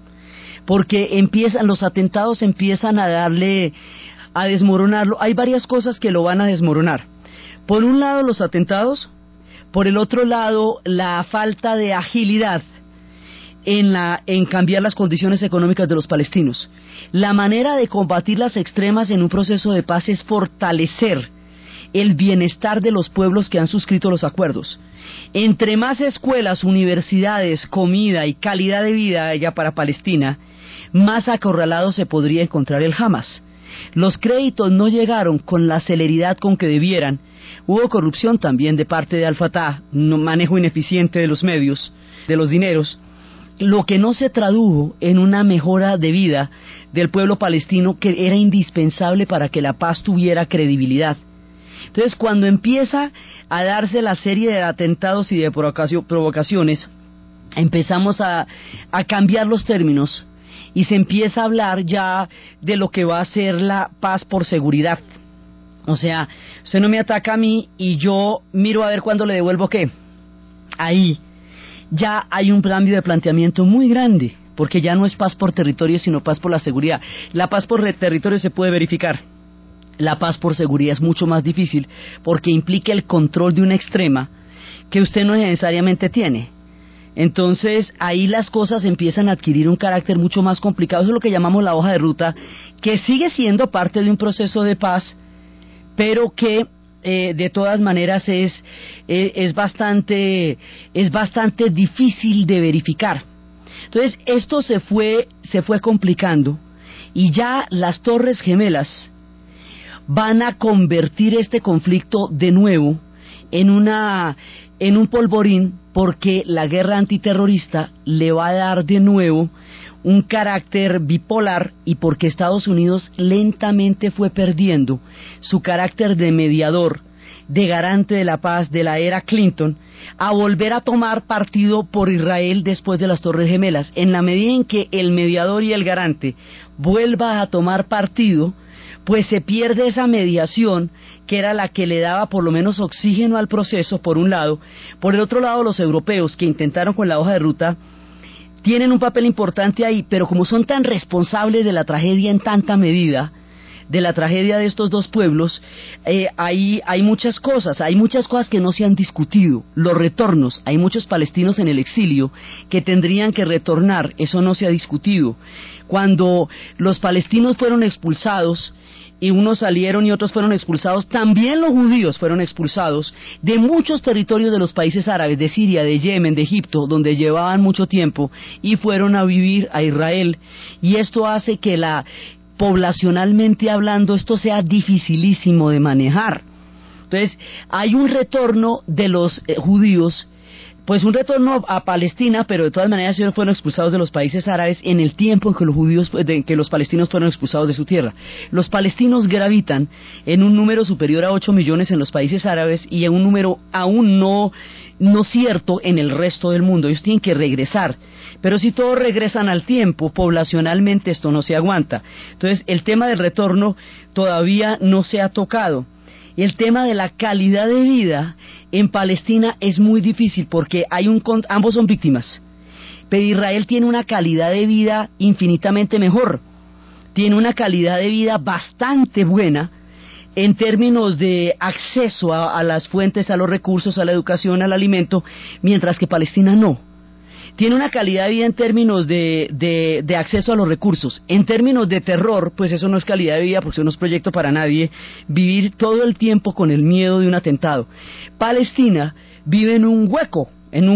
porque los atentados empiezan a desmoronarlo. Hay varias cosas que lo van a desmoronar. Por un lado, los atentados; por el otro lado, la falta de agilidad en cambiar las condiciones económicas de los palestinos. La manera de combatir las extremas en un proceso de paz es fortalecer el bienestar de los pueblos que han suscrito los acuerdos. Entre más escuelas, universidades, comida y calidad de vida haya para Palestina, más acorralado se podría encontrar el Hamas. Los créditos no llegaron con la celeridad con que debieran. Hubo corrupción también de parte de Al-Fatah, manejo ineficiente de los medios, de los dineros, lo que no se tradujo en una mejora de vida del pueblo palestino, que era indispensable para que la paz tuviera credibilidad. Entonces, cuando empieza a darse la serie de atentados y de provocaciones, empezamos a cambiar los términos y se empieza a hablar ya de lo que va a ser la paz por seguridad. O sea, usted no me ataca a mí y yo miro a ver cuándo le devuelvo qué. Ahí ya hay un cambio de planteamiento muy grande, porque ya no es paz por territorio, sino paz por la seguridad. La paz por territorio se puede verificar. La paz por seguridad es mucho más difícil, porque implica el control de una extrema que usted no necesariamente tiene. Entonces ahí las cosas empiezan a adquirir un carácter mucho más complicado. Eso es lo que llamamos la hoja de ruta, que sigue siendo parte de un proceso de paz, pero que de todas maneras es bastante difícil de verificar. Entonces esto se fue complicando, y ya las Torres Gemelas van a convertir este conflicto de nuevo en un polvorín, porque la guerra antiterrorista le va a dar de nuevo un carácter bipolar, y porque Estados Unidos lentamente fue perdiendo su carácter de mediador, de garante de la paz de la era Clinton, a volver a tomar partido por Israel después de las Torres Gemelas. En la medida en que el mediador y el garante vuelva a tomar partido, pues se pierde esa mediación que era la que le daba por lo menos oxígeno al proceso, por un lado. Por el otro lado, los europeos, que intentaron con la hoja de ruta, tienen un papel importante ahí, pero como son tan responsables de la tragedia en tanta medida, de la tragedia de estos dos pueblos, hay muchas cosas que no se han discutido. Los retornos, hay muchos palestinos en el exilio que tendrían que retornar, eso no se ha discutido. Cuando los palestinos fueron expulsados, y unos salieron y otros fueron expulsados, también los judíos fueron expulsados de muchos territorios de los países árabes, de Siria, de Yemen, de Egipto, donde llevaban mucho tiempo, y fueron a vivir a Israel. Y esto hace que poblacionalmente hablando, esto sea dificilísimo de manejar. Entonces, hay un retorno de los judíos, pues un retorno a Palestina, pero de todas maneras ellos fueron expulsados de los países árabes en el tiempo en que los palestinos fueron expulsados de su tierra. Los palestinos gravitan en un número superior a 8 millones en los países árabes, y en un número aún no cierto en el resto del mundo. Ellos tienen que regresar, pero si todos regresan al tiempo, poblacionalmente esto no se aguanta. Entonces el tema del retorno todavía no se ha tocado. Y el tema de la calidad de vida en Palestina es muy difícil, porque ambos son víctimas, pero Israel tiene una calidad de vida infinitamente mejor, tiene una calidad de vida bastante buena en términos de acceso a las fuentes, a los recursos, a la educación, al alimento, mientras que Palestina no. Tiene una calidad de vida en términos de acceso a los recursos. En términos de terror, pues eso no es calidad de vida, porque eso no es proyecto para nadie, vivir todo el tiempo con el miedo de un atentado. Palestina vive en un hueco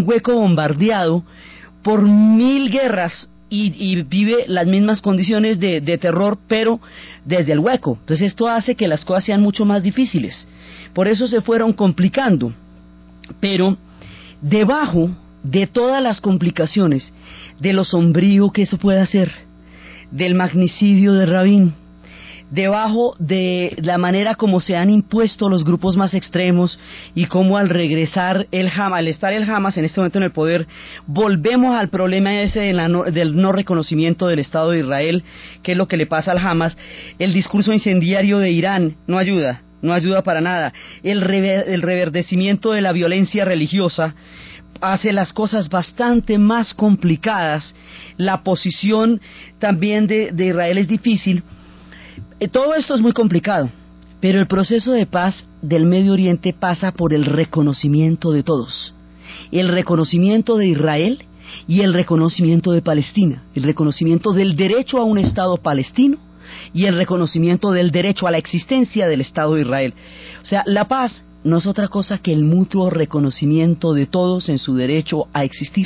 bombardeado por 1000 guerras, y vive las mismas condiciones de terror, pero desde el hueco. Entonces esto hace que las cosas sean mucho más difíciles. Por eso se fueron complicando. Pero debajo de todas las complicaciones, de lo sombrío que eso puede hacer, del magnicidio de Rabin, debajo de la manera como se han impuesto los grupos más extremos, y cómo al regresar al estar el Hamas en este momento en el poder, volvemos al problema ese del no reconocimiento del Estado de Israel, que es lo que le pasa al Hamas. El discurso incendiario de Irán no ayuda para nada. El reverdecimiento de la violencia religiosa hace las cosas bastante más complicadas. La posición también de Israel es difícil. Todo esto es muy complicado, pero el proceso de paz del Medio Oriente pasa por el reconocimiento de todos, el reconocimiento de Israel y el reconocimiento de Palestina, el reconocimiento del derecho a un Estado palestino y el reconocimiento del derecho a la existencia del Estado de Israel. O sea, la paz no es otra cosa que el mutuo reconocimiento de todos en su derecho a existir.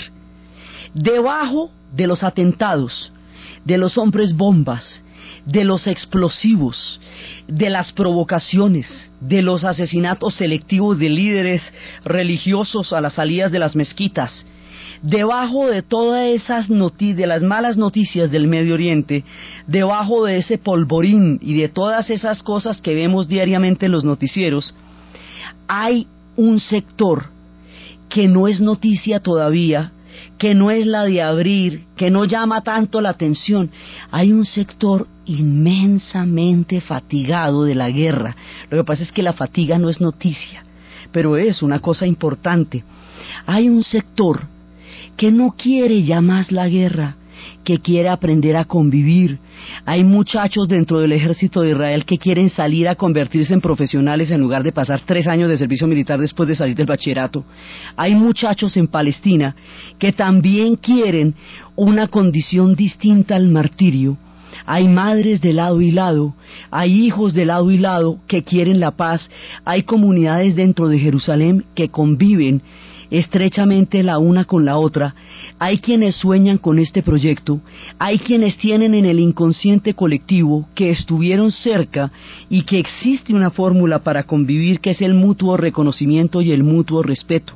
Debajo de los atentados, de los hombres bombas, de los explosivos, de las provocaciones, de los asesinatos selectivos de líderes religiosos a las salidas de las mezquitas, debajo de todas esas de las malas noticias del Medio Oriente, debajo de ese polvorín y de todas esas cosas que vemos diariamente en los noticieros, hay un sector que no es noticia todavía, que no es la de abrir, que no llama tanto la atención. Hay un sector inmensamente fatigado de la guerra. Lo que pasa es que la fatiga no es noticia, pero es una cosa importante. Hay un sector que no quiere ya más la guerra, que quiere aprender a convivir. Hay muchachos dentro del ejército de Israel que quieren salir a convertirse en profesionales en lugar de pasar 3 años de servicio militar después de salir del bachillerato. Hay muchachos en Palestina que también quieren una condición distinta al martirio. Hay madres de lado y lado, hay hijos de lado y lado que quieren la paz. Hay comunidades dentro de Jerusalén que conviven estrechamente la una con la otra. Hay quienes sueñan con este proyecto, hay quienes tienen en el inconsciente colectivo que estuvieron cerca y que existe una fórmula para convivir, que es el mutuo reconocimiento y el mutuo respeto.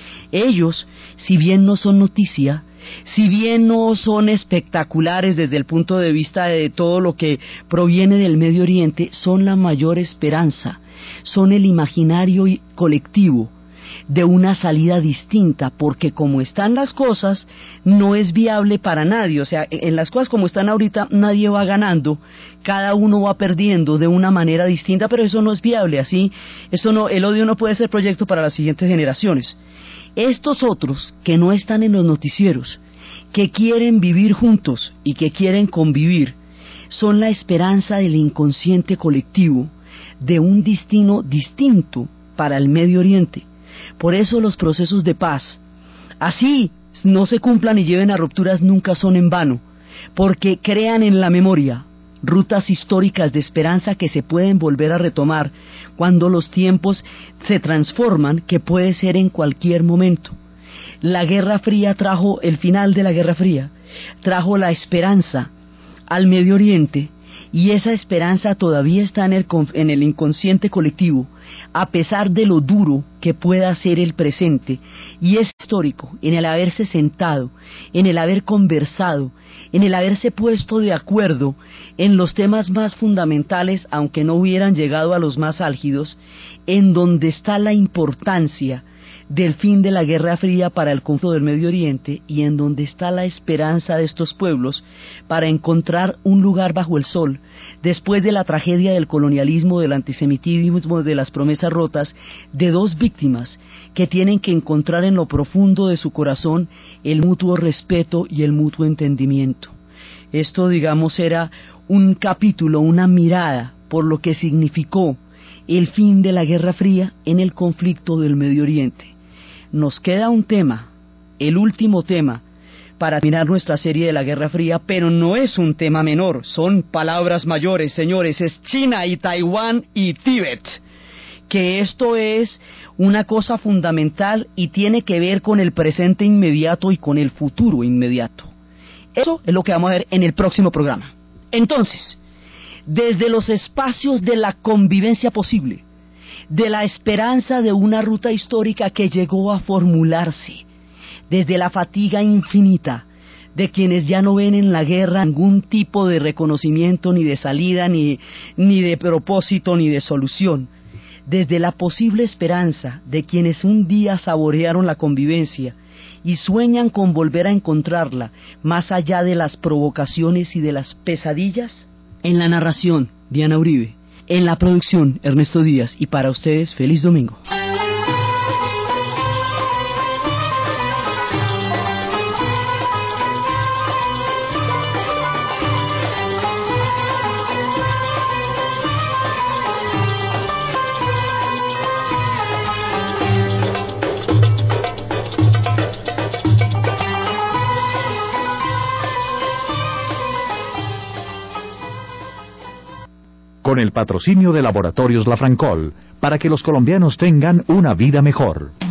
Ellos, si bien no son noticia, si bien no son espectaculares desde el punto de vista de todo lo que proviene del Medio Oriente, son la mayor esperanza, son el imaginario colectivo de una salida distinta, porque como están las cosas, no es viable para nadie. O sea, en las cosas como están ahorita, nadie va ganando, cada uno va perdiendo de una manera distinta, pero eso no es viable, así, eso no, el odio no puede ser proyecto para las siguientes generaciones. Estos otros, que no están en los noticieros, que quieren vivir juntos y que quieren convivir, son la esperanza del inconsciente colectivo de un destino distinto para el Medio Oriente. Por eso los procesos de paz, así no se cumplan y lleven a rupturas, nunca son en vano, porque crean en la memoria rutas históricas de esperanza que se pueden volver a retomar cuando los tiempos se transforman, que puede ser en cualquier momento. La Guerra Fría trajo, el final de la Guerra Fría, trajo la esperanza al Medio Oriente, y esa esperanza todavía está en el inconsciente colectivo, a pesar de lo duro que pueda ser el presente, y es histórico en el haberse sentado, en el haber conversado, en el haberse puesto de acuerdo en los temas más fundamentales, aunque no hubieran llegado a los más álgidos, en donde está la importancia del fin de la Guerra Fría para el conflicto del Medio Oriente, y en donde está la esperanza de estos pueblos para encontrar un lugar bajo el sol, después de la tragedia del colonialismo, del antisemitismo, de las promesas rotas, de dos víctimas que tienen que encontrar en lo profundo de su corazón el mutuo respeto y el mutuo entendimiento. Esto, digamos, era un capítulo, una mirada por lo que significó el fin de la Guerra Fría en el conflicto del Medio Oriente. Nos queda un tema, el último tema, para terminar nuestra serie de la Guerra Fría, pero no es un tema menor, son palabras mayores, señores, es China y Taiwán y Tíbet, que esto es una cosa fundamental y tiene que ver con el presente inmediato y con el futuro inmediato. Eso es lo que vamos a ver en el próximo programa. Entonces, desde los espacios de la convivencia posible, de la esperanza de una ruta histórica que llegó a formularse, desde la fatiga infinita de quienes ya no ven en la guerra ningún tipo de reconocimiento, ni de salida, ni de propósito, ni de solución, desde la posible esperanza de quienes un día saborearon la convivencia y sueñan con volver a encontrarla más allá de las provocaciones y de las pesadillas. En la narración, Diana Uribe. En la producción, Ernesto Díaz. Y para ustedes, feliz domingo. Con el patrocinio de Laboratorios La Francol, para que los colombianos tengan una vida mejor.